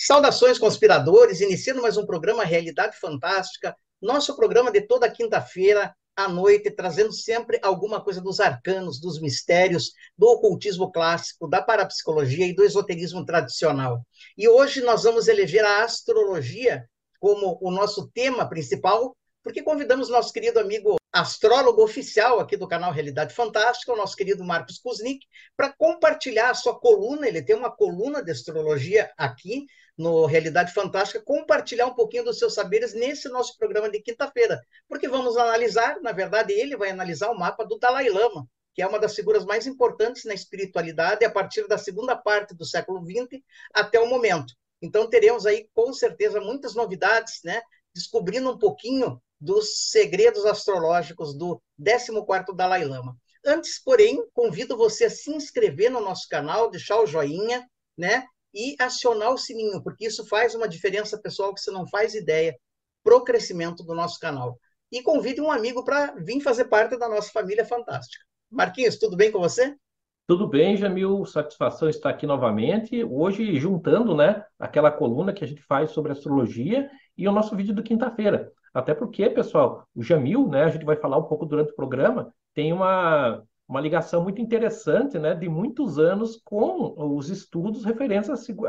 Saudações, conspiradores, iniciando mais um programa Realidade Fantástica, nosso programa de toda quinta-feira à noite, trazendo sempre alguma coisa dos arcanos, dos mistérios, do ocultismo clássico, da parapsicologia e do esoterismo tradicional. E hoje nós vamos eleger a astrologia como o nosso tema principal, porque convidamos nosso querido amigo astrólogo oficial aqui do canal Realidade Fantástica, o nosso querido Marcos Kuznick, para compartilhar a sua coluna. Ele tem uma coluna de astrologia aqui no Realidade Fantástica, compartilhar um pouquinho dos seus saberes nesse nosso programa de quinta-feira, porque vamos analisar, na verdade, ele vai analisar o mapa do Dalai Lama, que é uma das figuras mais importantes na espiritualidade a partir da segunda parte do século XX até o momento. Então, teremos aí, com certeza, muitas novidades, né? Descobrindo um pouquinho dos segredos astrológicos do 14º Dalai Lama. Antes, porém, convido você a se inscrever no nosso canal, deixar o joinha, né? E acionar o sininho, porque isso faz uma diferença, pessoal, que você não faz ideia para o crescimento do nosso canal. E convide um amigo para vir fazer parte da nossa família fantástica. Marquinhos, tudo bem com você? Tudo bem, Jamil? Satisfação estar aqui novamente. Hoje, juntando, né, aquela coluna que a gente faz sobre astrologia e o nosso vídeo de quinta-feira. Até porque, pessoal, o Jamil, né, a gente vai falar um pouco durante o programa, tem uma ligação muito interessante, né, de muitos anos com os estudos referentes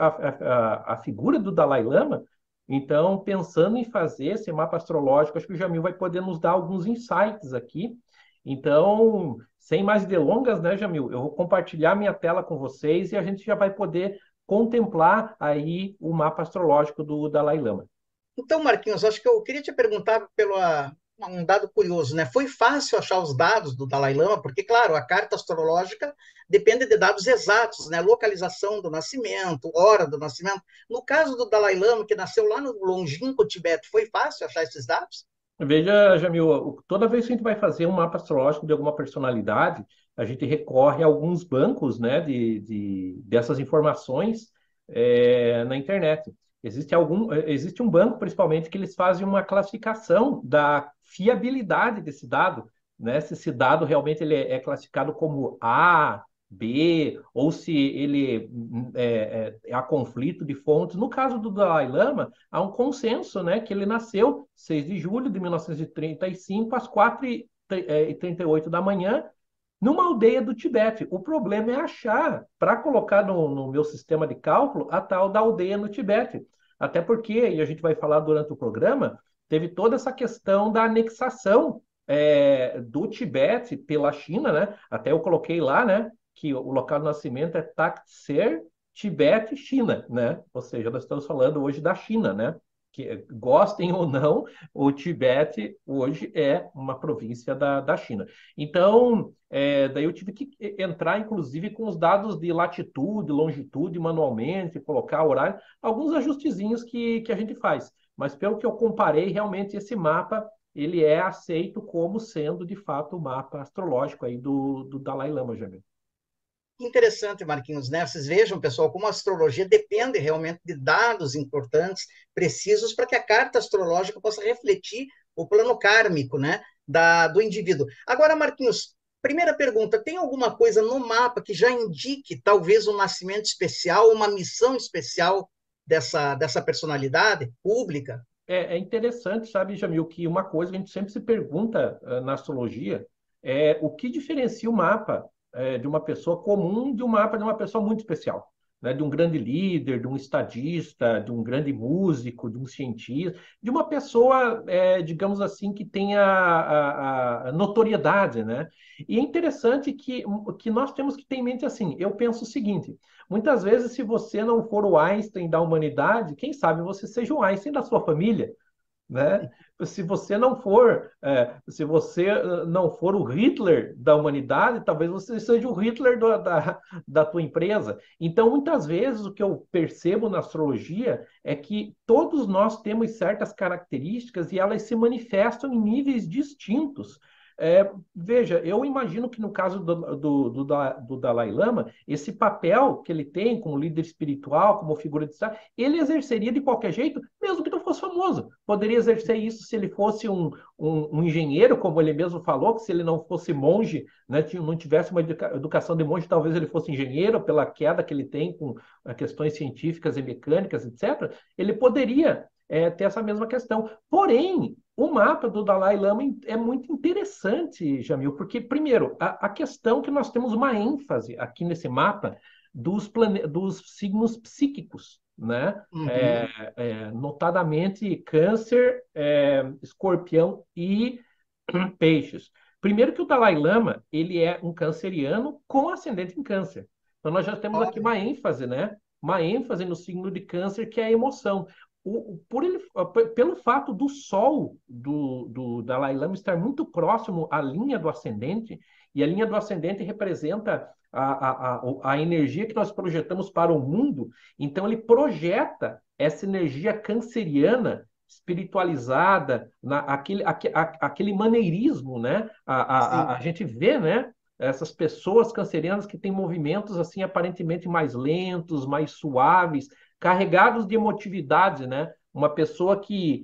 à figura do Dalai Lama. Então, pensando em fazer esse mapa astrológico, acho que o Jamil vai poder nos dar alguns insights aqui. Então, sem mais delongas, né, Jamil? Eu vou compartilhar minha tela com vocês e a gente já vai poder contemplar aí o mapa astrológico do Dalai Lama. Então, Marquinhos, acho que eu queria te perguntar pelo um dado curioso, né? Foi fácil achar os dados do Dalai Lama, porque, claro, a carta astrológica depende de dados exatos, né? Localização do nascimento, hora do nascimento. No caso do Dalai Lama, que nasceu lá no longínquo Tibete, foi fácil achar esses dados? Veja, Jamil, toda vez que a gente vai fazer um mapa astrológico de alguma personalidade, a gente recorre a alguns bancos, né, dessas informações na internet. Existe um banco, principalmente, que eles fazem uma classificação da fiabilidade desse dado, né? Se esse dado realmente ele é classificado como A, B, ou se ele há conflito de fontes. No caso do Dalai Lama, há um consenso, né, que ele nasceu 6 de julho de 1935, às 4h38 da manhã, numa aldeia do Tibete. O problema é achar, para colocar no meu sistema de cálculo, a tal da aldeia no Tibete. Até porque, e a gente vai falar durante o programa, teve toda essa questão da anexação do Tibete pela China, né? Até eu coloquei lá, né, que o local de nascimento é Taktser, Tibete, China, né? Ou seja, nós estamos falando hoje da China, né? Que gostem ou não, o Tibete hoje é uma província da China. Então, daí eu tive que entrar, inclusive, com os dados de latitude, longitude, manualmente, colocar horário, alguns ajustezinhos que a gente faz. Mas pelo que eu comparei, realmente esse mapa ele é aceito como sendo, de fato, o mapa astrológico aí do Dalai Lama, Jamil. Interessante, Marquinhos, né? Vocês vejam, pessoal, como a astrologia depende realmente de dados importantes, precisos, para que a carta astrológica possa refletir o plano kármico, né, do indivíduo. Agora, Marquinhos, primeira pergunta: tem alguma coisa no mapa que já indique talvez um nascimento especial, uma missão especial dessa personalidade pública? É interessante, sabe, Jamil, que uma coisa que a gente sempre se pergunta na astrologia é o que diferencia o mapa de uma pessoa comum de um mapa de uma pessoa muito especial, né? De um grande líder, de um estadista, de um grande músico, de um cientista, de uma pessoa, digamos assim, que tenha a notoriedade, né? E é interessante que nós temos que ter em mente assim, eu penso o seguinte: muitas vezes, se você não for o Einstein da humanidade, quem sabe você seja o Einstein da sua família, né? Se você não for o Hitler da humanidade, talvez você seja o Hitler da tua empresa. Então, muitas vezes, o que eu percebo na astrologia é que todos nós temos certas características e elas se manifestam em níveis distintos. Veja, eu imagino que no caso do Dalai Lama, esse papel que ele tem como líder espiritual, como figura de Estado, ele exerceria de qualquer jeito, mesmo que não fosse famoso. Poderia exercer isso se ele fosse um engenheiro, como ele mesmo falou, que se ele não fosse monge, né, não tivesse uma educação de monge, talvez ele fosse engenheiro, pela queda que ele tem com questões científicas e mecânicas, etc. Ele poderia ter essa mesma questão. Porém, o mapa do Dalai Lama é muito interessante, Jamil, porque, primeiro, a questão que nós temos uma ênfase aqui nesse mapa dos signos psíquicos, né? Uhum. Notadamente Câncer, Escorpião e Peixes. Primeiro que o Dalai Lama, ele é um canceriano com ascendente em Câncer. Então nós já temos aqui Olha, uma ênfase, né? Uma ênfase no signo de Câncer, que é a emoção. Pelo fato do Sol do Dalai Lama estar muito próximo à linha do ascendente, e a linha do ascendente representa a energia que nós projetamos para o mundo, então ele projeta essa energia canceriana espiritualizada, aquele maneirismo, né? A sim. gente vê, né? Essas pessoas cancerianas que têm movimentos assim aparentemente mais lentos, mais suaves, carregados de emotividade, né? Uma pessoa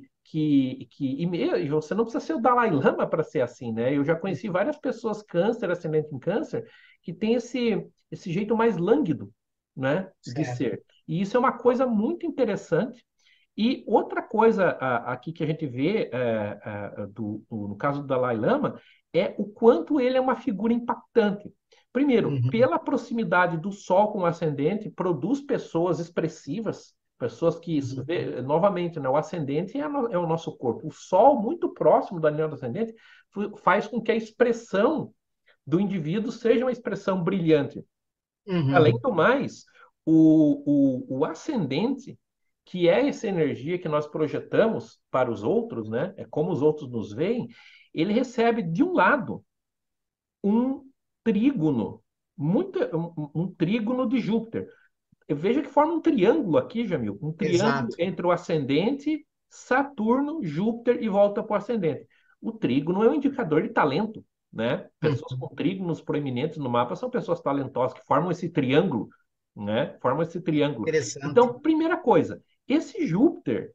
e você não precisa ser o Dalai Lama para ser assim, né? Eu já conheci várias pessoas câncer, ascendente em câncer, que tem esse jeito mais lânguido, né? De Certo. ser. E isso é uma coisa muito interessante. E outra coisa aqui que a gente vê no caso do Dalai Lama é o quanto ele é uma figura impactante. Primeiro, Uhum. pela proximidade do Sol com o ascendente, produz pessoas expressivas, pessoas que, Uhum. novamente, né, o ascendente é o nosso corpo. O Sol, muito próximo da linha do ascendente, faz com que a expressão do indivíduo seja uma expressão brilhante. Além Uhum. do mais, o ascendente, que é essa energia que nós projetamos para os outros, né? É como os outros nos veem, ele recebe de um lado um trígono, um trígono de Júpiter. Veja que forma um triângulo aqui, Jamil, um triângulo Exato. entre o ascendente, Saturno, Júpiter e volta para o ascendente. O trígono é um indicador de talento, né? Pessoas Uhum. com trígonos proeminentes no mapa são pessoas talentosas que formam esse triângulo, né? Formam esse triângulo. Interessante. Então, primeira coisa, esse Júpiter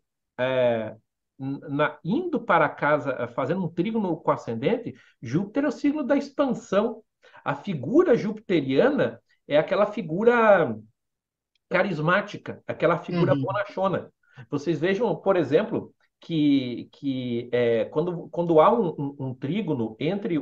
indo para a casa, fazendo um trígono com o ascendente, Júpiter é o signo da expansão. A figura jupiteriana é aquela figura carismática, aquela figura Uhum. bonachona. Vocês vejam, por exemplo, quando há um trígono entre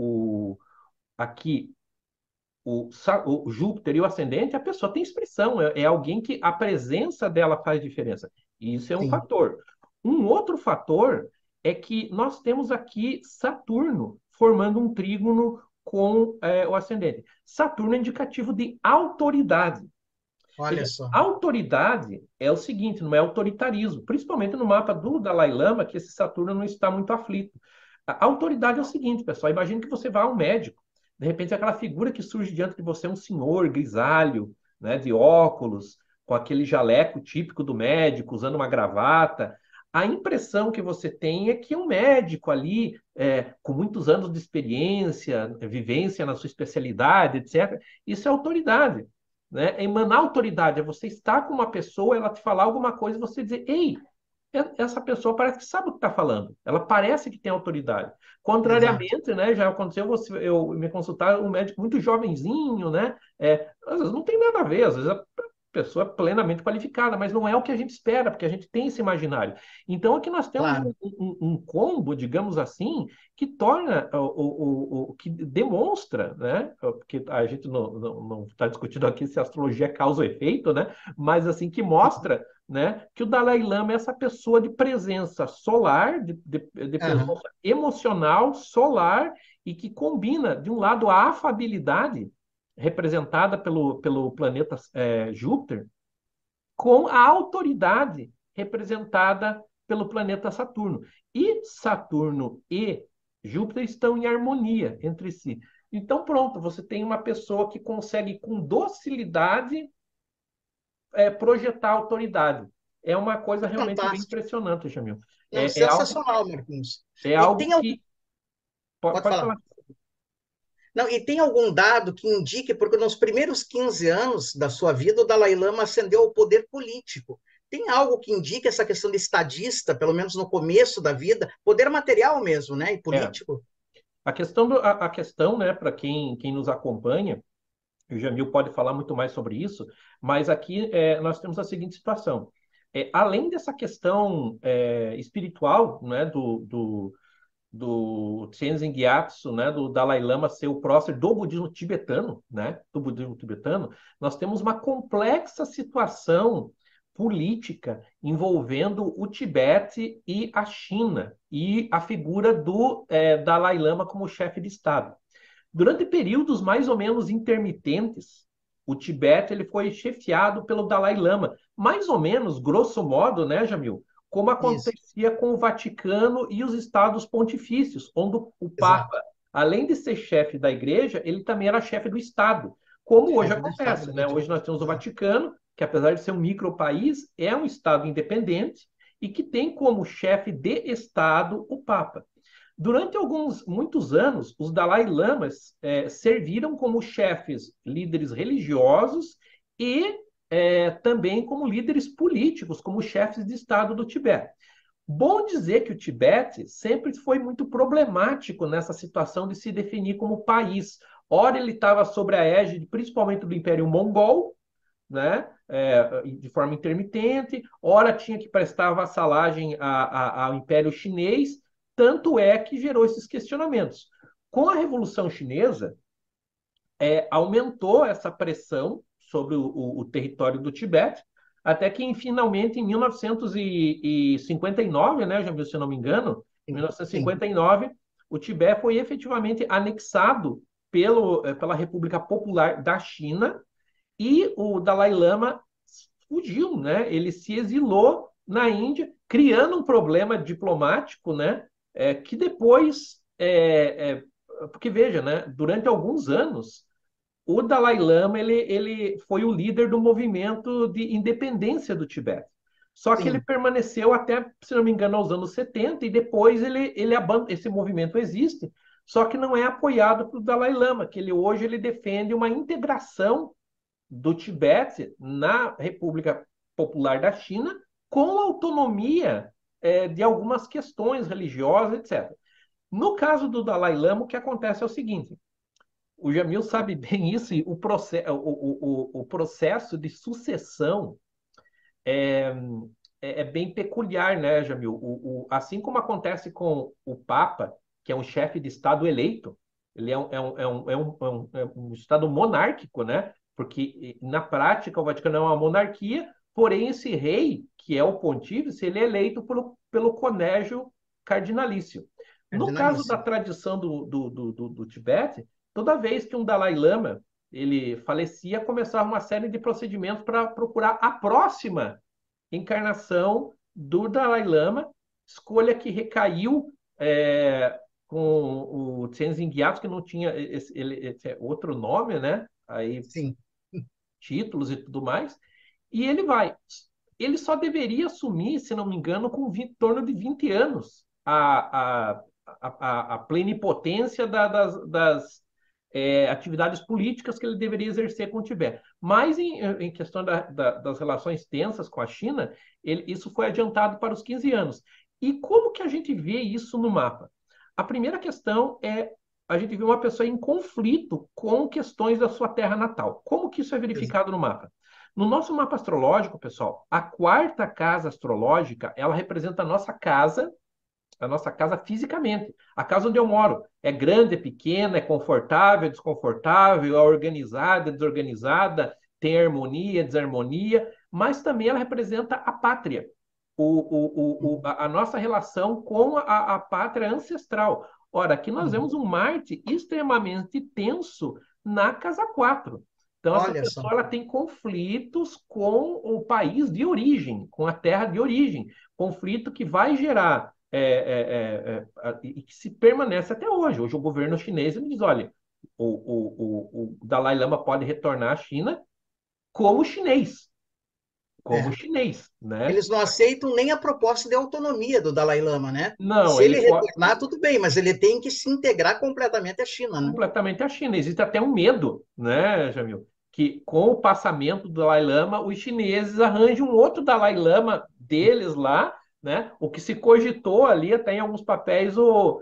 aqui o Júpiter e o ascendente, a pessoa tem expressão, é alguém que a presença dela faz diferença. Isso é um Sim. fator. Um outro fator é que nós temos aqui Saturno formando um trígono com o ascendente. Saturno é indicativo de autoridade. Olha Veja, só. autoridade é o seguinte, não é autoritarismo, principalmente no mapa do Dalai Lama, que esse Saturno não está muito aflito. A autoridade é o seguinte, pessoal, imagine que você vá a um médico, de repente aquela figura que surge diante de você é um senhor grisalho, né, de óculos, com aquele jaleco típico do médico, usando uma gravata. A impressão que você tem é que um médico ali, com muitos anos de experiência, vivência na sua especialidade, etc., isso é autoridade, né? É emanar autoridade, é você estar com uma pessoa, ela te falar alguma coisa e você dizer, ei, essa pessoa parece que sabe o que está falando, ela parece que tem autoridade. Exato. Contrariamente, né, já aconteceu eu me consultar um médico muito jovenzinho, né? Às vezes não tem nada a ver, às vezes a pessoa é plenamente qualificada, mas não é o que a gente espera, porque a gente tem esse imaginário. Então aqui nós temos Claro. um combo, digamos assim, que torna, que demonstra, né? Porque a gente não está discutindo aqui se a astrologia é causa ou efeito, né? Mas assim, que mostra, né, que o Dalai Lama é essa pessoa de presença solar, de Aham. presença emocional, solar, e que combina, de um lado, a afabilidade, representada pelo planeta Júpiter, com a autoridade, representada pelo planeta Saturno. E Saturno e Júpiter estão em harmonia entre si. Então, pronto, você tem uma pessoa que consegue, com docilidade, projetar autoridade. É uma coisa realmente bem Fantástico. impressionante, Jamil. Não, É, é algo, sensacional, Marquinhos. é E algo tem algum... que. Pode Pode falar. falar. Não, e tem algum dado que indique, porque nos primeiros 15 anos da sua vida, o Dalai Lama ascendeu ao poder político. Tem algo que indique essa questão de estadista, pelo menos no começo da vida, poder material mesmo, né, e É, político? a questão, né, para quem nos acompanha, o Jamil pode falar muito mais sobre isso, mas aqui nós temos a seguinte situação. Além dessa questão espiritual, né, do Tenzin Gyatso, né, do Dalai Lama ser o prócer do budismo tibetano, né, do budismo tibetano, nós temos uma complexa situação política envolvendo o Tibete e a China e a figura do Dalai Lama como chefe de Estado. Durante períodos mais ou menos intermitentes, o Tibete ele foi chefiado pelo Dalai Lama, mais ou menos, grosso modo, né, Jamil? Como Isso, acontecia com o Vaticano e os estados pontifícios, onde o exato. Papa, além de ser chefe da igreja, ele também era chefe do Estado, como hoje Chefe do Estado acontece, do né? Vaticano. Hoje nós temos o Exato. Vaticano, que apesar de ser um micropaís, é um Estado independente e que tem como chefe de Estado o Papa. Durante muitos anos, os Dalai Lamas serviram como chefes, líderes religiosos e também como líderes políticos, como chefes de Estado do Tibete. Bom dizer que o Tibete sempre foi muito problemático nessa situação de se definir como país. Ora, ele estava sobre a égide, principalmente do Império Mongol, né? De forma intermitente, ora tinha que prestar vassalagem ao Império Chinês, tanto é que gerou esses questionamentos. Com a Revolução Chinesa, aumentou essa pressão sobre o território do Tibete, até que finalmente em 1959, né, já viu se eu não me engano, em Sim, sim. 1959, o Tibete foi efetivamente anexado pela República Popular da China e o Dalai Lama fugiu, né? Ele se exilou na Índia, criando um problema diplomático, né? Que depois, porque veja, né? Durante alguns anos, o Dalai Lama ele foi o líder do movimento de independência do Tibete. Só que ele Sim. permaneceu até, se não me engano, aos anos 70, e depois ele esse movimento existe, só que não é apoiado pelo Dalai Lama, que hoje ele defende uma integração do Tibete na República Popular da China, com autonomia de algumas questões religiosas, etc. No caso do Dalai Lama, o que acontece é o seguinte: o Jamil sabe bem isso, e o processo de sucessão é, é bem peculiar, né, Jamil? Assim como acontece com o Papa, que é um chefe de Estado eleito, ele é um Estado monárquico, né? Porque na prática o Vaticano é uma monarquia, porém esse rei, que é o pontífice, ele é eleito pelo colégio cardinalício. No caso da Cardinalíssimo. tradição do Tibete, toda vez que um Dalai Lama ele falecia, começava uma série de procedimentos para procurar a próxima encarnação do Dalai Lama, escolha que recaiu com o Tenzin Gyatso, que não tinha esse outro nome, né? Aí Sim. títulos e tudo mais, e ele vai. Ele só deveria assumir, se não me engano, com em torno de 20 anos a plenipotência das atividades políticas que ele deveria exercer com o Tibete. Mas em questão das relações tensas com a China, isso foi adiantado para os 15 anos. E como que a gente vê isso no mapa? A primeira questão é a gente vê uma pessoa em conflito com questões da sua terra natal. Como que isso é verificado no mapa? No nosso mapa astrológico, pessoal, a quarta casa astrológica, ela representa a nossa casa fisicamente, a casa onde eu moro. É grande, é pequena, é confortável, é desconfortável, é organizada, é desorganizada, tem harmonia, desarmonia, mas também ela representa a pátria, a nossa relação com a pátria ancestral. Ora, aqui nós Uhum. vemos um Marte extremamente tenso na casa 4. Então, essa Olha só. pessoa ela tem conflitos com o país de origem, com a terra de origem. Conflito que vai gerar e que se permanece até hoje. Hoje o governo chinês ele diz, olha, o Dalai Lama pode retornar à China como chinês, como chinês, né? Eles não aceitam nem a proposta de autonomia do Dalai Lama, né? Não, Se ele ele pode retornar, tudo bem, mas ele tem que se integrar completamente à China, né? completamente a China. Existe até um medo, né, Jamil? Que com o passamento do Dalai Lama, os chineses arranjam um outro Dalai Lama deles lá, né? O que se cogitou ali, até em alguns papéis,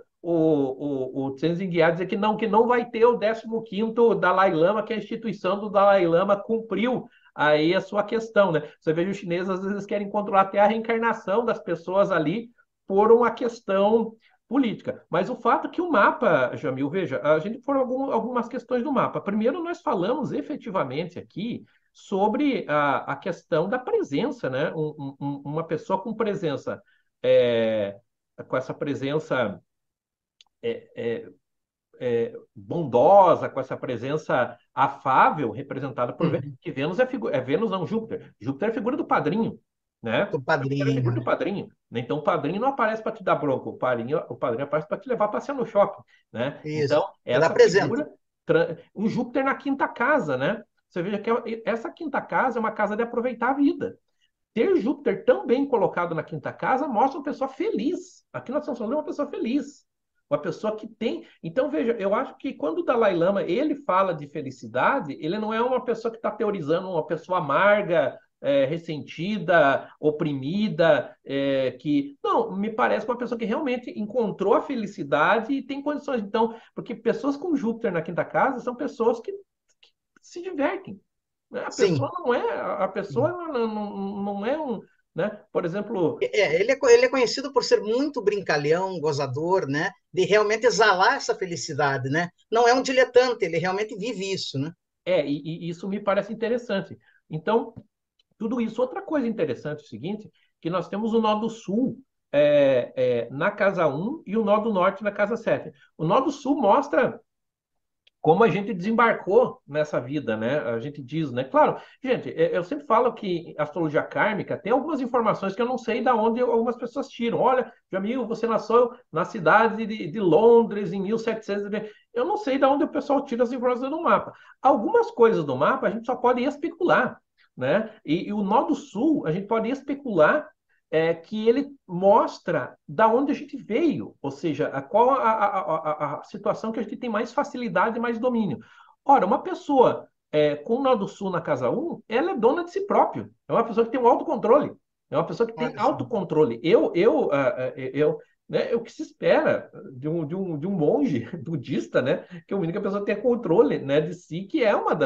o Tenzin Gyat dizer que não vai ter o 15º Dalai Lama, que a instituição do Dalai Lama cumpriu aí a sua questão, né? Você vê os chineses às vezes querem controlar até a reencarnação das pessoas ali por uma questão política. Mas o fato é que o mapa, Jamil, veja, a gente foram algumas questões do mapa. Primeiro, nós falamos efetivamente aqui sobre a questão da presença, né? Uma pessoa com presença, é, com essa presença é, é, bondosa, com essa presença afável, representada por Vênus, Uhum. que Vênus é Vênus, não Júpiter. Júpiter é a figura do padrinho, né? Do Júpiter é a padrinho, figura do né? padrinho. Né? Então, o padrinho não aparece para te dar bronca, o padrinho aparece para te levar a passear no shopping, né? Isso. Então, Para dar essa presente. figura, um Júpiter na quinta casa, né? Você veja que essa quinta casa é uma casa de aproveitar a vida. Ter Júpiter tão bem colocado na quinta casa mostra uma pessoa feliz. Aqui nós estamos falando de uma pessoa feliz. Uma pessoa que tem. Então, veja, eu acho que quando o Dalai Lama ele fala de felicidade, ele não é uma pessoa que está teorizando uma pessoa amarga, ressentida, oprimida, que. Não, me parece uma pessoa que realmente encontrou a felicidade e tem condições. Então, porque pessoas com Júpiter na quinta casa são pessoas que se divertem. Né? A pessoa Sim. não é, a pessoa não é um, né? Por exemplo, Ele é conhecido por ser muito brincalhão, gozador, né? De realmente exalar essa felicidade, né? Não é um diletante, ele realmente vive isso, né? e isso me parece interessante. Então, tudo isso. Outra coisa interessante é o seguinte, que nós temos o nó do sul na casa um e o nó do norte na casa 7. O nó do sul mostra como a gente desembarcou nessa vida, né? A gente diz, né? Claro, gente, eu sempre falo que astrologia kármica tem algumas informações que eu não sei de onde algumas pessoas tiram. Olha, Jamil, você nasceu na cidade de Londres em 1700. Eu não sei de onde o pessoal tira as informações do mapa. Algumas coisas do mapa a gente só pode especular, né? E o nó do sul, a gente pode especular que ele mostra da onde a gente veio, ou seja, qual a situação que a gente tem mais facilidade e mais domínio. Ora, uma pessoa com o nó do sul na casa um, ela é dona de si próprio, é uma pessoa que tem um autocontrole, é uma pessoa que tem Olha só. autocontrole. Né, o que se espera de um monge budista, né, que a única pessoa tenha controle, né, de si, que é uma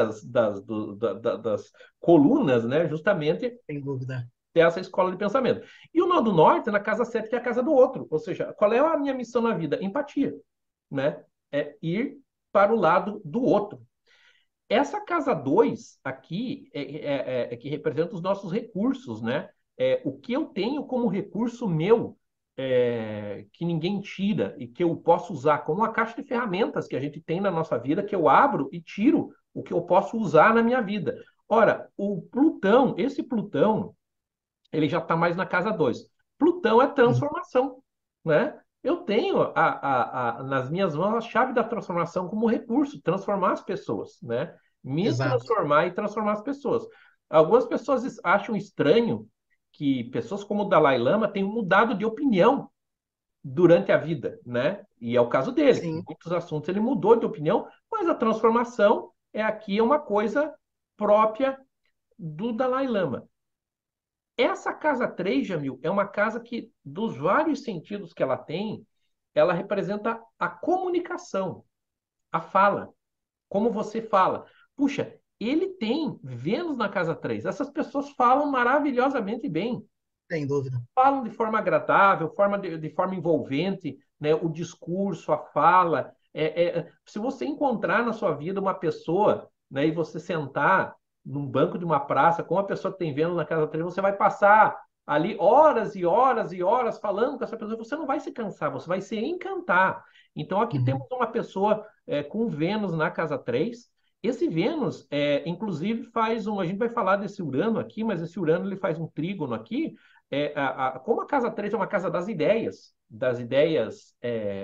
das colunas, né, justamente Sem dúvida. ter essa escola de pensamento. E o nó do norte é na casa 7, que é a casa do outro. Ou seja, qual é a minha missão na vida? Empatia, né? É ir para o lado do outro. Essa casa 2 aqui que representa os nossos recursos, né? O que eu tenho como recurso meu, que ninguém tira e que eu posso usar como uma caixa de ferramentas que a gente tem na nossa vida, que eu abro e tiro o que eu posso usar na minha vida. Ora, o Plutão, esse Plutão, ele já está mais na casa 2. Plutão é Uhum. transformação, né? Eu tenho nas minhas mãos a chave da transformação como recurso, transformar as pessoas, né? Me Exato. transformar e transformar as pessoas. Algumas pessoas acham estranho que pessoas como o Dalai Lama tenham mudado de opinião durante a vida, né? E é o caso dele. Em Sim. muitos assuntos ele mudou de opinião, mas a transformação aqui é uma coisa própria do Dalai Lama. Essa casa 3, Jamil, é uma casa que, dos vários sentidos que ela tem, ela representa a comunicação, a fala, como você fala. Puxa, ele tem Vênus na casa 3. Essas pessoas falam maravilhosamente bem, Sem dúvida. falam de forma agradável, de forma envolvente, né? O discurso, a fala. Se você encontrar na sua vida uma pessoa, né, e você sentar num banco de uma praça com uma pessoa que tem Vênus na casa 3, você vai passar ali horas e horas e horas falando com essa pessoa, você não vai se cansar, você vai se encantar. Então, aqui Uhum. temos uma pessoa com Vênus na casa 3. Esse Vênus, inclusive, faz um. A gente vai falar desse Urano aqui, mas esse Urano ele faz um trígono aqui como a casa 3 é uma casa das ideias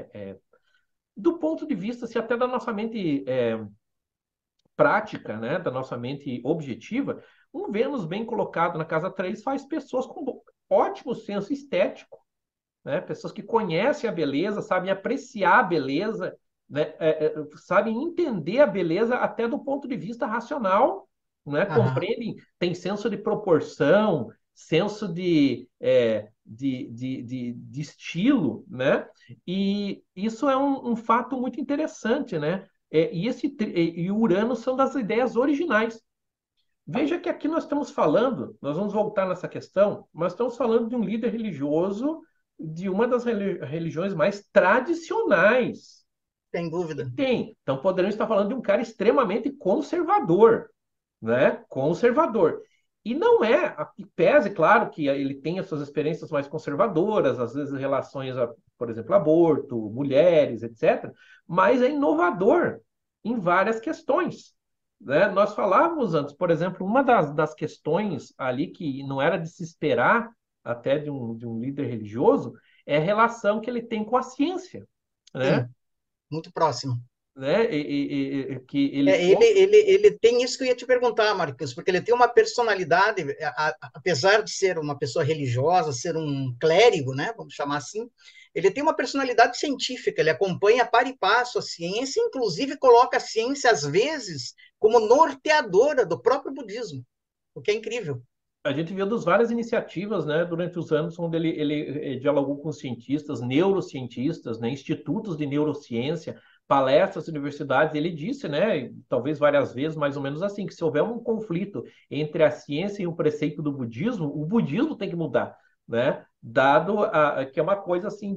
do ponto de vista, se até da nossa mente prática, né, da nossa mente objetiva, Um Vênus bem colocado na casa 3 faz pessoas com ótimo senso estético, né? Pessoas que conhecem a beleza, sabem apreciar a beleza, né? Sabem entender a beleza até do ponto de vista racional, né? Aham. Compreendem, têm senso de proporção, senso de estilo, né? E isso é um fato muito interessante, né? E o Urano são das ideias originais. Veja que aqui nós estamos falando, nós vamos voltar nessa questão, mas estamos falando de um líder religioso de uma das religiões mais tradicionais Sem que dúvida. tem. Então poderíamos estar falando de um cara extremamente conservador, né? Conservador. E não é, que pese, claro, que ele tem as suas experiências mais conservadoras, às vezes relações a, por exemplo, aborto, mulheres, etc., mas é inovador em várias questões, né? Nós falávamos antes, por exemplo, uma das questões ali que não era de se esperar até de um líder religioso é a relação que ele tem com a ciência, né? Sim, muito próximo. Né? Que ele Ele tem isso que eu ia te perguntar, Marcos, porque ele tem uma personalidade, apesar de ser uma pessoa religiosa, ser um clérigo, né, vamos chamar assim, ele tem uma personalidade científica, ele acompanha para e passo a ciência, inclusive coloca a ciência, às vezes, como norteadora do próprio budismo, o que é incrível. A gente viu das várias iniciativas, né, durante os anos, onde ele dialogou com cientistas, neurocientistas, né, institutos de neurociência, palestras, universidades. Ele disse, né, talvez várias vezes, mais ou menos assim, que se houver um conflito entre a ciência e o preceito do budismo, o budismo tem que mudar, né, dado que é uma coisa assim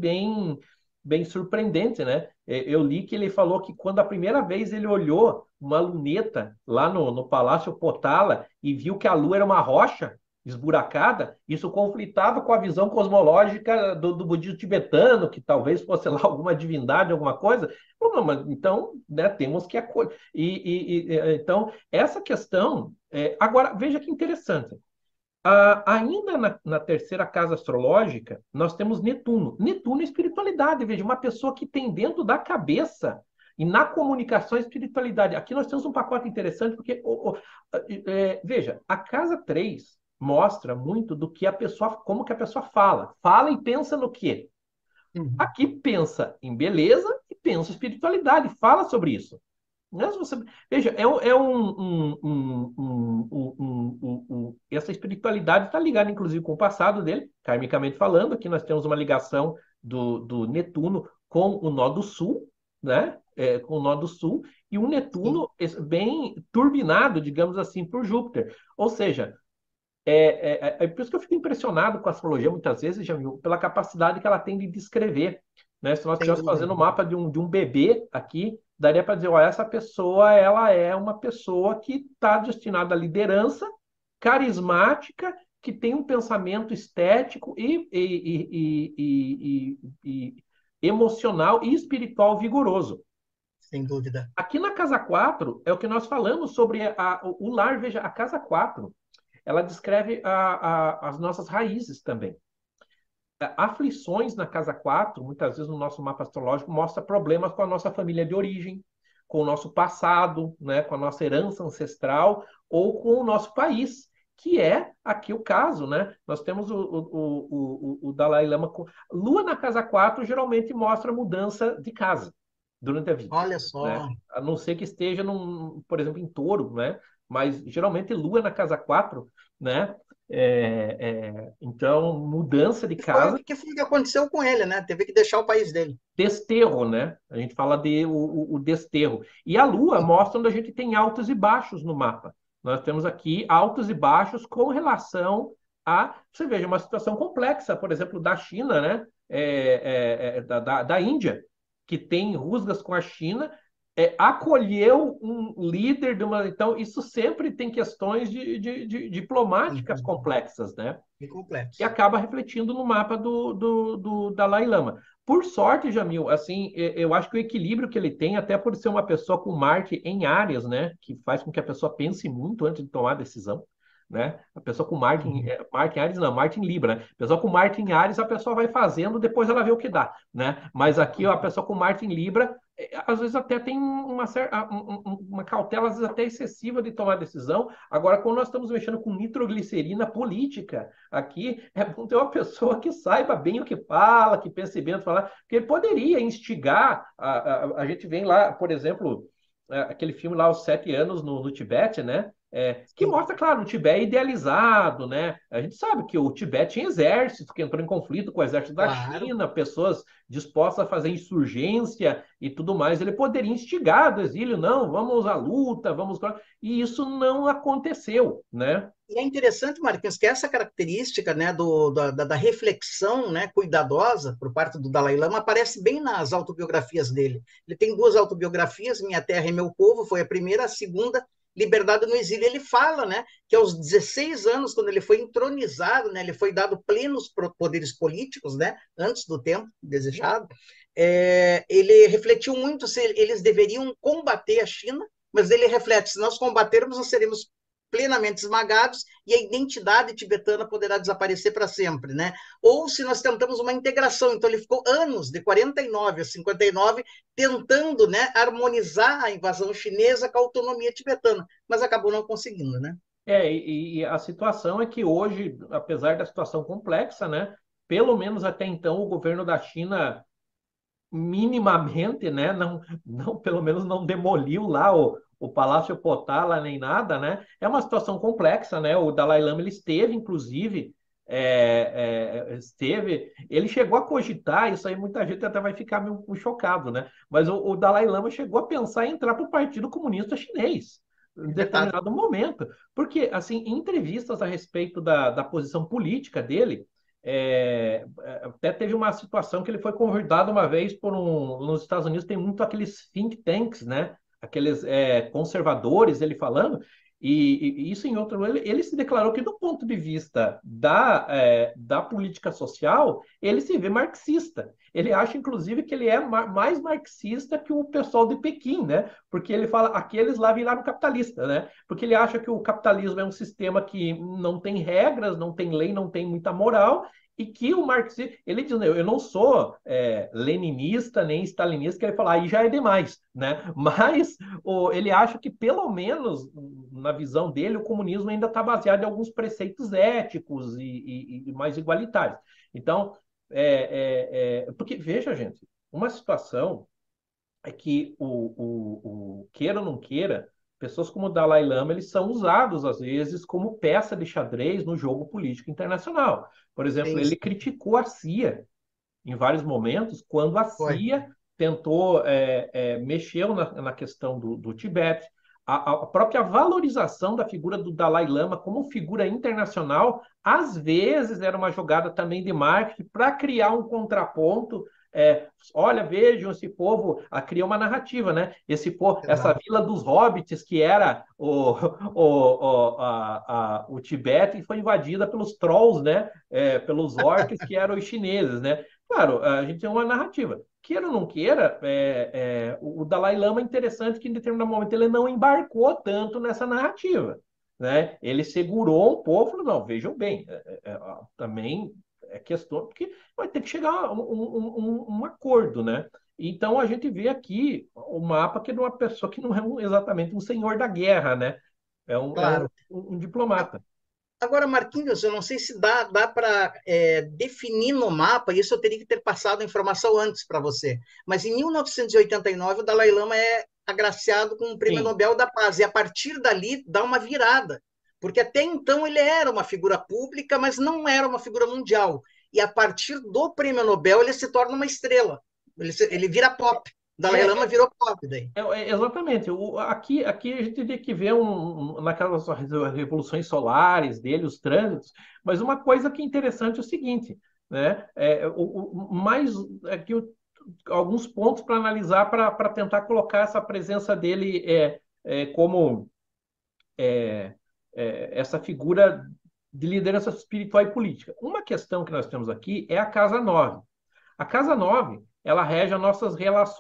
bem surpreendente, né? Eu li que ele falou que quando a primeira vez ele olhou uma luneta lá no Palácio Potala e viu que a Lua era uma rocha esburacada, isso conflitava com a visão cosmológica do budismo tibetano, que talvez fosse lá alguma divindade, alguma coisa. Não, mas então, né, temos que acolher. Então, essa questão. Agora, veja que interessante. Ainda na terceira casa astrológica, nós temos Netuno. Netuno é espiritualidade. Veja, uma pessoa que tem dentro da cabeça e na comunicação a espiritualidade. Aqui nós temos um pacote interessante, porque, veja, a casa 3 mostra muito do que a pessoa, como que a pessoa fala. Fala e pensa no quê? Uhum. Aqui pensa em beleza e pensa em espiritualidade. Fala sobre isso. Mas você, veja, essa espiritualidade está ligada, inclusive, com o passado dele, karmicamente falando. Aqui nós temos uma ligação do Netuno com o nó do Sul, né? Com o nó do Sul, e um Sim, Netuno bem turbinado, digamos assim, por Júpiter. Ou seja, por isso que eu fico impressionado com a astrologia, muitas vezes, Jamil, pela capacidade que ela tem de descrever. Né? Se nós sem estivéssemos dúvida. fazendo o mapa de um bebê aqui, daria para dizer, olha, essa pessoa ela é uma pessoa que está destinada à liderança, carismática, que tem um pensamento estético e emocional e espiritual vigoroso. Sem dúvida. Aqui na casa 4 é o que nós falamos sobre o lar. Veja, a casa 4 ela descreve as nossas raízes também. Aflições na casa 4 muitas vezes no nosso mapa astrológico, mostra problemas com a nossa família de origem, com o nosso passado, né, com a nossa herança ancestral ou com o nosso país, que é aqui o caso, né? Nós temos o Dalai Lama com Lua na casa 4 geralmente mostra mudança de casa durante a vida, Olha né? só. A não ser que esteja por exemplo, em Touro, né? Mas geralmente Lua na casa 4, né? Então, mudança de casa, Que foi o que aconteceu com ele, né? Teve que deixar o país dele. desterro, né? A gente fala de o desterro. E a Lua mostra onde a gente tem altos e baixos no mapa. Nós temos aqui altos e baixos com relação a, você veja, uma situação complexa, por exemplo, da China, né? Da Índia, que tem rusgas com a China, acolheu um líder de uma. Então, isso sempre tem questões de diplomáticas Uhum. complexas, né? E E complexo. acaba refletindo no mapa do Dalai Lama. Por sorte, Jamil, assim, eu acho que o equilíbrio que ele tem, até por ser uma pessoa com Marte em Áries, né, que faz com que a pessoa pense muito antes de tomar a decisão, né? A pessoa com Marte Uhum. Marte em Áries, não, Marte em Libra, né? A pessoa com Marte em Áries, a pessoa vai fazendo, depois ela vê o que dá, né? Mas aqui, ó, a pessoa com Marte em Libra, às vezes até tem uma cautela, às vezes até excessiva de tomar decisão. Agora, quando nós estamos mexendo com nitroglicerina política, aqui é bom ter uma pessoa que saiba bem o que fala, que pense bem o que falar, porque ele poderia instigar. A gente vem lá, por exemplo, aquele filme lá, Os 7 Anos no Tibete, né? Que Sim, mostra, claro, o Tibete é idealizado, né? A gente sabe que o Tibete tinha exército, que entrou em conflito com o exército da claro. China, pessoas dispostas a fazer insurgência e tudo mais. Ele poderia instigar do exílio, não, vamos à luta, vamos. E isso não aconteceu, né? E é interessante, Marquinhos, que essa característica, né, da reflexão, né, cuidadosa por parte do Dalai Lama aparece bem nas autobiografias dele. Ele tem 2 autobiografias, Minha Terra e Meu Povo, foi a primeira, a segunda, Liberdade no Exílio. Ele fala, né, que aos 16 anos, quando ele foi entronizado, né, ele foi dado plenos poderes políticos, né, antes do tempo desejado, ele refletiu muito se eles deveriam combater a China, mas ele reflete, se nós combatermos, nós seremos plenamente esmagados e a identidade tibetana poderá desaparecer para sempre, né? Ou se nós tentamos uma integração, então ele ficou anos, de 49 a 59, tentando, né, harmonizar a invasão chinesa com a autonomia tibetana, mas acabou não conseguindo, né? E a situação é que hoje, apesar da situação complexa, né, pelo menos até então, o governo da China minimamente, né, não pelo menos não demoliu lá o Palácio Potala nem nada, né? É uma situação complexa, né? O Dalai Lama ele esteve, inclusive, ele chegou a cogitar, isso aí muita gente até vai ficar meio chocado, né? Mas o Dalai Lama chegou a pensar em entrar para o Partido Comunista Chinês em É verdade. determinado momento, porque assim, em entrevistas a respeito da posição política dele, até teve uma situação que ele foi convidado uma vez nos Estados Unidos tem muito aqueles think tanks, né? Aqueles conservadores, ele falando, e isso em outro, ele se declarou que do ponto de vista da política social, ele se vê marxista. Ele acha, inclusive, que ele é mais marxista que o pessoal de Pequim, né? Porque ele fala, aqueles lá viraram capitalista, né? Porque ele acha que o capitalismo é um sistema que não tem regras, não tem lei, não tem muita moral, e que o marxismo, ele diz, eu não sou leninista nem stalinista, que ele fala, aí já é demais, né? Mas ele acha que, pelo menos, na visão dele, o comunismo ainda está baseado em alguns preceitos éticos e mais igualitários. Então, porque, veja, gente, uma situação é que o queira ou não queira, pessoas como o Dalai Lama, eles são usados, às vezes, como peça de xadrez no jogo político internacional. Por exemplo, Sim, ele sim, criticou a CIA em vários momentos, quando a foi. CIA tentou, mexeu na questão do Tibete. A própria valorização da figura do Dalai Lama como figura internacional, às vezes era uma jogada também de marketing para criar um contraponto. Olha, vejam, esse povo criou uma narrativa, né? Esse povo, essa Exato. vila dos hobbits, que era o Tibete, foi invadida pelos trolls, né? Pelos orcs, que eram os chineses, né? Claro, a gente tem uma narrativa. Queira ou não queira, o Dalai Lama é interessante que em determinado momento ele não embarcou tanto nessa narrativa, né? Ele segurou um pouco, falou, não, vejam bem, também é questão, porque vai ter que chegar a um acordo, né? Então a gente vê aqui o mapa que é de uma pessoa que não é exatamente um senhor da guerra, né? Claro. Um diplomata. Agora, Marquinhos, eu não sei se dá para definir no mapa, isso eu teria que ter passado a informação antes para você, mas em 1989 o Dalai Lama é agraciado com o Prêmio Sim, Nobel da Paz, e a partir dali dá uma virada, porque até então ele era uma figura pública, mas não era uma figura mundial, e a partir do Prêmio Nobel ele se torna uma estrela, ele vira pop, o Dalai Lama é, virou pop daí. exatamente. Aqui a gente teria que ver naquelas revoluções solares dele, os trânsitos, mas uma coisa que é interessante é o seguinte, né? Mais aqui alguns pontos para analisar para tentar colocar essa presença dele como é, essa figura de liderança espiritual e política. Uma questão que nós temos aqui é a Casa 9. A Casa 9 ela rege as nossas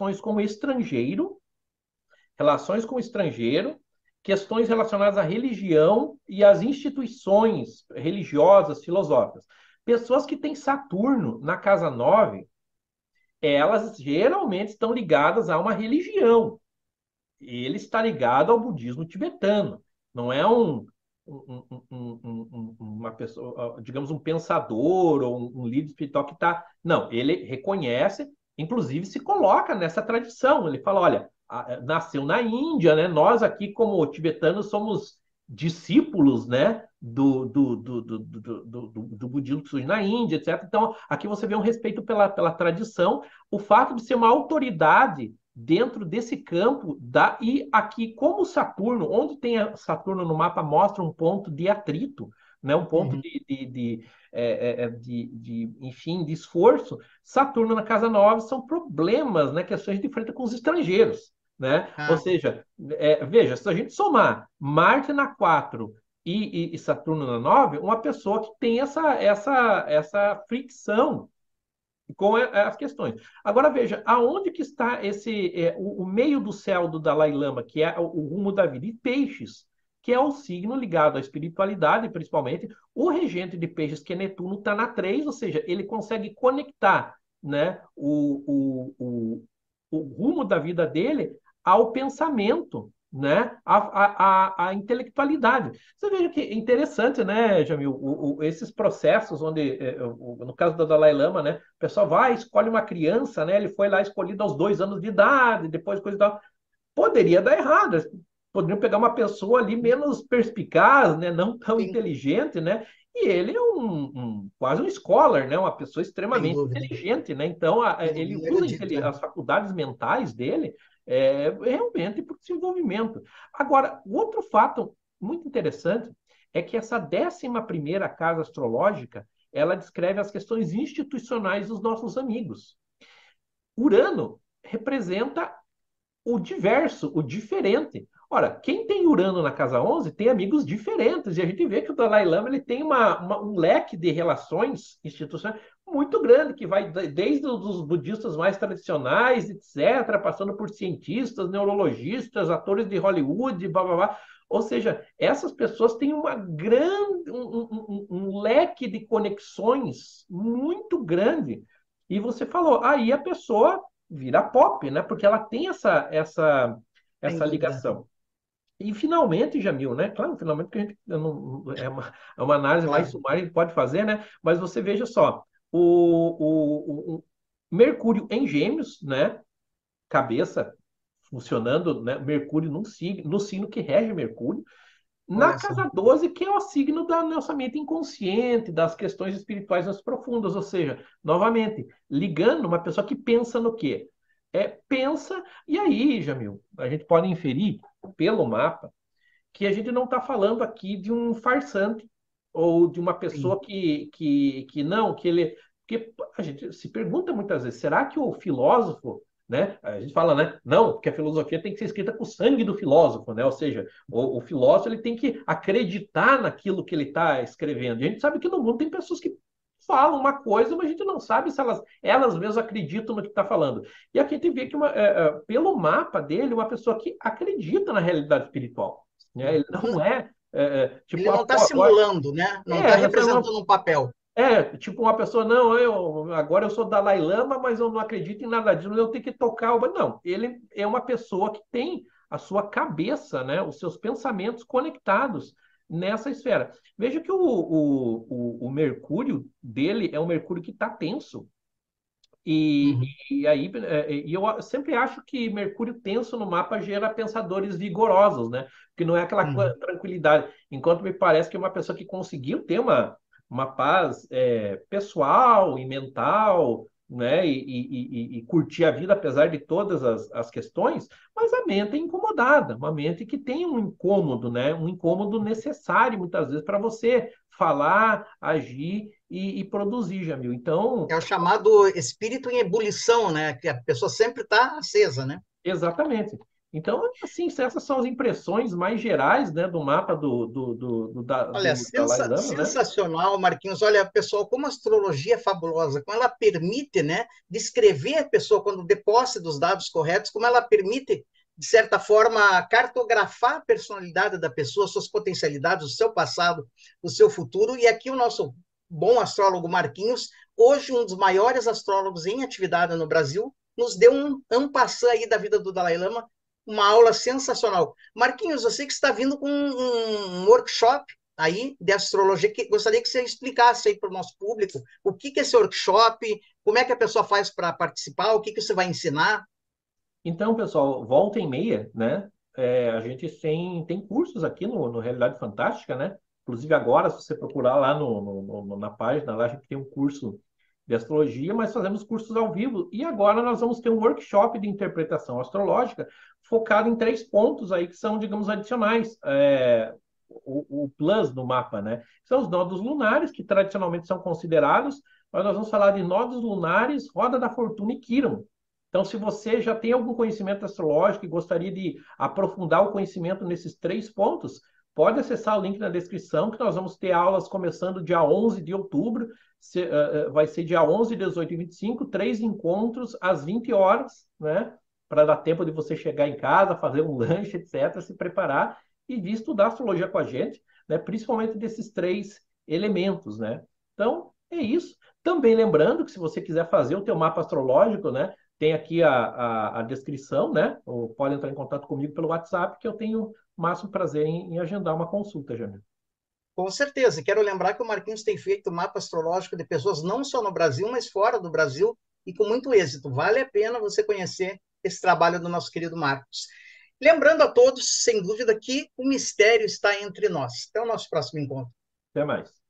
relações com o estrangeiro, questões relacionadas à religião e às instituições religiosas, filosóficas. Pessoas que têm Saturno na casa 9 elas geralmente estão ligadas a uma religião. Ele está ligado ao budismo tibetano. Não é uma pessoa, digamos, um pensador ou um líder espiritual que está. Não, ele reconhece, inclusive se coloca nessa tradição. Ele fala: olha, nasceu na Índia, né? Nós aqui, como tibetanos, somos discípulos, né? Do budismo que surge na Índia, etc. Então, aqui você vê um respeito pela tradição, o fato de ser uma autoridade dentro desse campo e aqui como Saturno, onde tem Saturno no mapa, mostra um ponto de atrito, né? Um ponto Uhum. enfim, de esforço. Saturno na casa 9 são problemas, né? Questões de frente com os estrangeiros, né? Ou Ah, seja, veja, se a gente somar Marte na 4 e Saturno na 9, uma pessoa que tem essa fricção com as questões. Agora veja, aonde que está o meio do céu do Dalai Lama, que é o rumo da vida, e Peixes, que é o signo ligado à espiritualidade, principalmente. O regente de Peixes, que é Netuno, está na 3, ou seja, ele consegue conectar, né, o rumo da vida dele ao pensamento, né, a intelectualidade. Você veja que é interessante, né, Jamil, esses processos onde, no caso do Dalai Lama, né, o pessoal vai, escolhe uma criança, né, ele foi lá escolhido aos 2 anos de idade, depois coisa e tal. Poderia dar errado, eles poderiam pegar uma pessoa ali menos perspicaz, né, não tão sim, inteligente, né, e ele é quase um scholar, né, uma pessoa sem extremamente dúvida. inteligente, né, então Sem ele dúvida, um usa erudito, né? as faculdades mentais dele realmente para o desenvolvimento. Agora, o outro fato muito interessante é que essa 11ª casa astrológica, ela descreve as questões institucionais dos nossos amigos. Urano representa o diverso, o diferente. Ora, quem tem Urano na casa 11 tem amigos diferentes, e a gente vê que o Dalai Lama ele tem um leque de relações institucionais muito grande, que vai desde os budistas mais tradicionais, etc., passando por cientistas, neurologistas, atores de Hollywood, blá, blá, blá. Ou seja, essas pessoas têm um leque de conexões muito grande. E você falou, aí a pessoa vira pop, né? Porque ela tem Sem essa dúvida. ligação. E finalmente, Jamil, né? Claro, finalmente que a gente não, é uma análise mais Claro. sumária que a gente pode fazer, né? Mas você veja só, o Mercúrio em Gêmeos, né? Cabeça funcionando, né? Mercúrio no signo que rege Mercúrio, na Olha só. casa 12, que é o signo da nossa mente inconsciente, das questões espirituais mais profundas, ou seja, novamente, ligando uma pessoa que pensa no quê? Pensa, e aí, Jamil, a gente pode inferir pelo mapa que a gente não está falando aqui de um farsante ou de uma Sim. pessoa que não, que ele. Porque a gente se pergunta muitas vezes, será que o filósofo, né? A gente fala, né? Não, porque a filosofia tem que ser escrita com o sangue do filósofo, né? Ou seja, o filósofo ele tem que acreditar naquilo que ele está escrevendo. E a gente sabe que no mundo tem pessoas que falam uma coisa, mas a gente não sabe se elas mesmas acreditam no que está falando. E aqui a gente vê que, pelo mapa dele, uma pessoa que acredita na realidade espiritual, né? Ele não tipo, Ele não está simulando, né? Não está essa é representando um papel. tipo uma pessoa, não, agora eu sou Dalai Lama, mas eu não acredito em nada disso, eu tenho que tocar. Não, ele é uma pessoa que tem a sua cabeça, né, os seus pensamentos conectados nessa esfera. Veja que o Mercúrio dele é um Mercúrio que está tenso. E, Uhum. e eu sempre acho que Mercúrio tenso no mapa gera pensadores vigorosos, né? Porque não é aquela Uhum. tranquilidade. Enquanto me parece que é uma pessoa que conseguiu ter uma paz pessoal e mental, né? E curtir a vida apesar de todas as questões, mas a mente é incomodada, uma mente que tem um incômodo, né? Um incômodo necessário muitas vezes para você falar, agir e produzir, Jamil. Então, É o chamado espírito em ebulição, né? Que a pessoa sempre está acesa, né? exatamente. Então, assim, essas são as impressões mais gerais, né, do mapa Olha, do Dalai Lama, né? sensacional, Marquinhos. Olha, pessoal, como a astrologia é fabulosa, como ela permite, né, descrever a pessoa quando de posse dos dados corretos, como ela permite, de certa forma, cartografar a personalidade da pessoa, suas potencialidades, o seu passado, o seu futuro. E aqui o nosso bom astrólogo Marquinhos hoje um dos maiores astrólogos em atividade no Brasil, nos deu um ampassã aí da vida do Dalai Lama, uma aula sensacional. Marquinhos, eu sei que está vindo com um workshop aí de astrologia, que gostaria que você explicasse aí para o nosso público o que é esse workshop, como é que a pessoa faz para participar, o que você vai ensinar. Então, pessoal, volta e meia, né? A gente tem cursos aqui no Realidade Fantástica, né? Inclusive agora, se você procurar lá na página, lá a gente tem um curso de astrologia, mas fazemos cursos ao vivo. E agora nós vamos ter um workshop de interpretação astrológica focado em 3 pontos aí que são, digamos, adicionais. O plus do mapa, né? São os nodos lunares, que tradicionalmente são considerados, mas nós vamos falar de nodos lunares, roda da fortuna e Quirón. Então, se você já tem algum conhecimento astrológico e gostaria de aprofundar o conhecimento nesses 3 pontos, pode acessar o link na descrição, que nós vamos ter aulas começando dia 11 de outubro, vai ser dia 11, 18 e 25, 3 encontros às 20 horas, né? Para dar tempo de você chegar em casa, fazer um lanche, etc., se preparar e vir estudar astrologia com a gente, né? Principalmente desses 3 elementos, né? Então, é isso. Também lembrando que se você quiser fazer o teu mapa astrológico, né? Tem aqui a descrição, né? Ou pode entrar em contato comigo pelo WhatsApp, que eu tenho o máximo prazer em agendar uma consulta, Jamil. Com certeza. Quero lembrar que o Marquinhos tem feito mapa astrológico de pessoas não só no Brasil, mas fora do Brasil, e com muito êxito. Vale a pena você conhecer esse trabalho do nosso querido Marcos. Lembrando a todos, sem dúvida, que o mistério está entre nós. Até o nosso próximo encontro. Até mais.